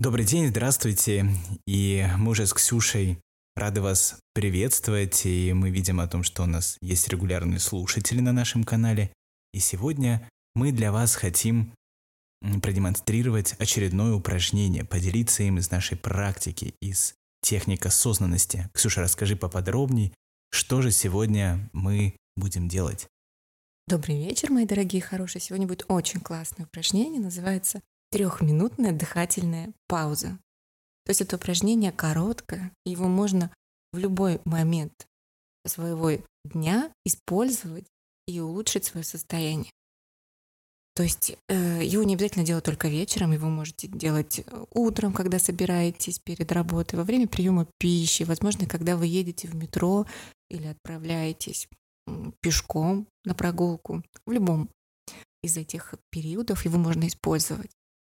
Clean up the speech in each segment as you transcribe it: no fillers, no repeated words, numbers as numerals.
Добрый день, здравствуйте. И мы уже с Ксюшей рады вас приветствовать. И мы видим о том, что у нас есть регулярные слушатели на нашем канале. И сегодня мы для вас хотим продемонстрировать очередное упражнение, поделиться им из нашей практики, из техник осознанности. Ксюша, расскажи поподробнее, что же сегодня мы будем делать. Добрый вечер, мои дорогие, хорошие. Сегодня будет очень классное упражнение, называется трехминутная дыхательная пауза. То есть это упражнение короткое, его можно в любой момент своего дня использовать и улучшить свое состояние. То есть его не обязательно делать только вечером, его можете делать утром, когда собираетесь перед работой, во время приема пищи, возможно, когда вы едете в метро или отправляетесь пешком на прогулку. В любом из этих периодов его можно использовать.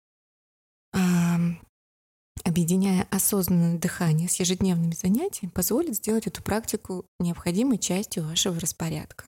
Объединяя осознанное дыхание с ежедневными занятиями, позволит сделать эту практику необходимой частью вашего распорядка.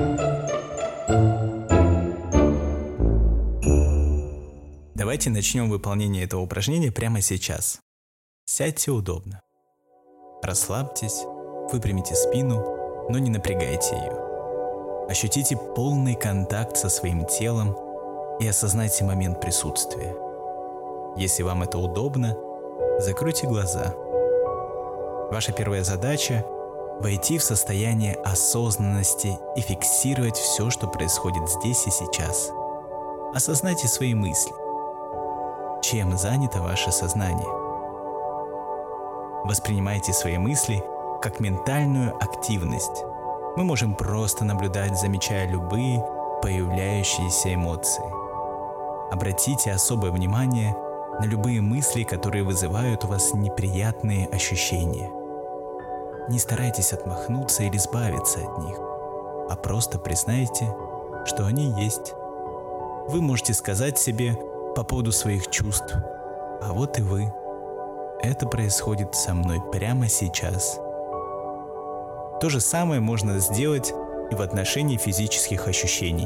Давайте начнем выполнение этого упражнения прямо сейчас. Сядьте удобно. Расслабьтесь, выпрямите спину, но не напрягайте ее. Ощутите полный контакт со своим телом и осознайте момент присутствия. Если вам это удобно, закройте глаза. Ваша первая задача – войти в состояние осознанности и фиксировать все, что происходит здесь и сейчас. Осознайте свои мысли. Чем занято ваше сознание? Воспринимайте свои мысли как ментальную активность. Мы можем просто наблюдать, замечая любые появляющиеся эмоции. Обратите особое внимание на любые мысли, которые вызывают у вас неприятные ощущения. Не старайтесь отмахнуться или избавиться от них, а просто признайте, что они есть. Вы можете сказать себе по поводу своих чувств: «А вот и вы. Это происходит со мной прямо сейчас». То же самое можно сделать и в отношении физических ощущений.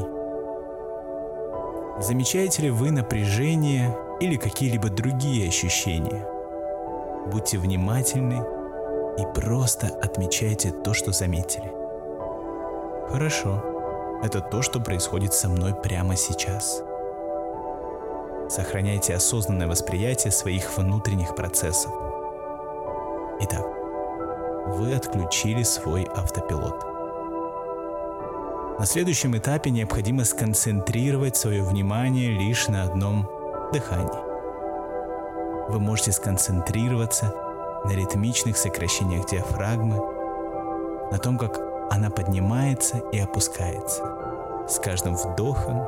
Замечаете ли вы напряжение или какие-либо другие ощущения? Будьте внимательны и просто отмечайте то, что заметили. Хорошо, это то, что происходит со мной прямо сейчас. Сохраняйте осознанное восприятие своих внутренних процессов. Итак, вы отключили свой автопилот. На следующем этапе необходимо сконцентрировать свое внимание лишь на одном дыхании. Вы можете сконцентрироваться на ритмичных сокращениях диафрагмы, на том, как она поднимается и опускается с каждым вдохом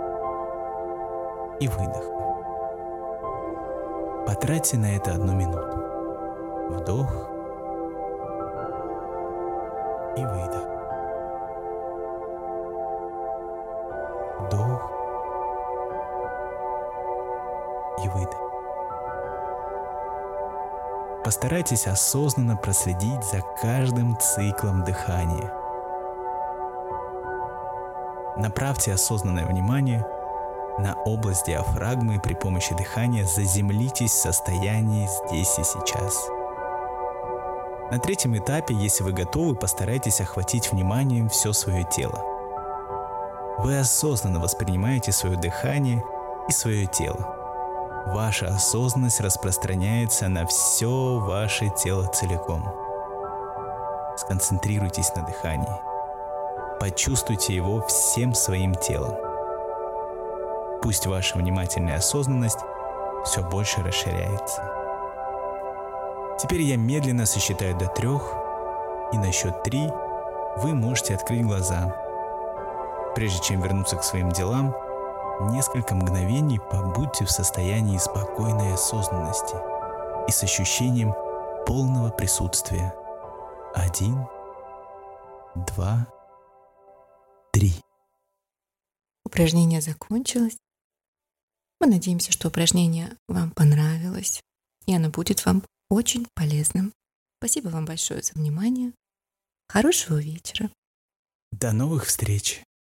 и выдохом. Потратьте на это 1 минуту. Вдох и выдох. Вдох и выдох. Постарайтесь осознанно проследить за каждым циклом дыхания. Направьте осознанное внимание на область диафрагмы и при помощи дыхания заземлитесь в состоянии здесь и сейчас. На третьем этапе, если вы готовы, постарайтесь охватить вниманием все свое тело. Вы осознанно воспринимаете свое дыхание и свое тело. Ваша осознанность распространяется на все ваше тело целиком. Сконцентрируйтесь на дыхании. Почувствуйте его всем своим телом. Пусть ваша внимательная осознанность все больше расширяется. Теперь я медленно сосчитаю до 3, и на счет 3 вы можете открыть глаза. Прежде чем вернуться к своим делам, несколько мгновений побудьте в состоянии спокойной осознанности и с ощущением полного присутствия. 1, 2, 3. Упражнение закончилось. Мы надеемся, что упражнение вам понравилось, и оно будет вам очень полезным. Спасибо вам большое за внимание. Хорошего вечера. До новых встреч!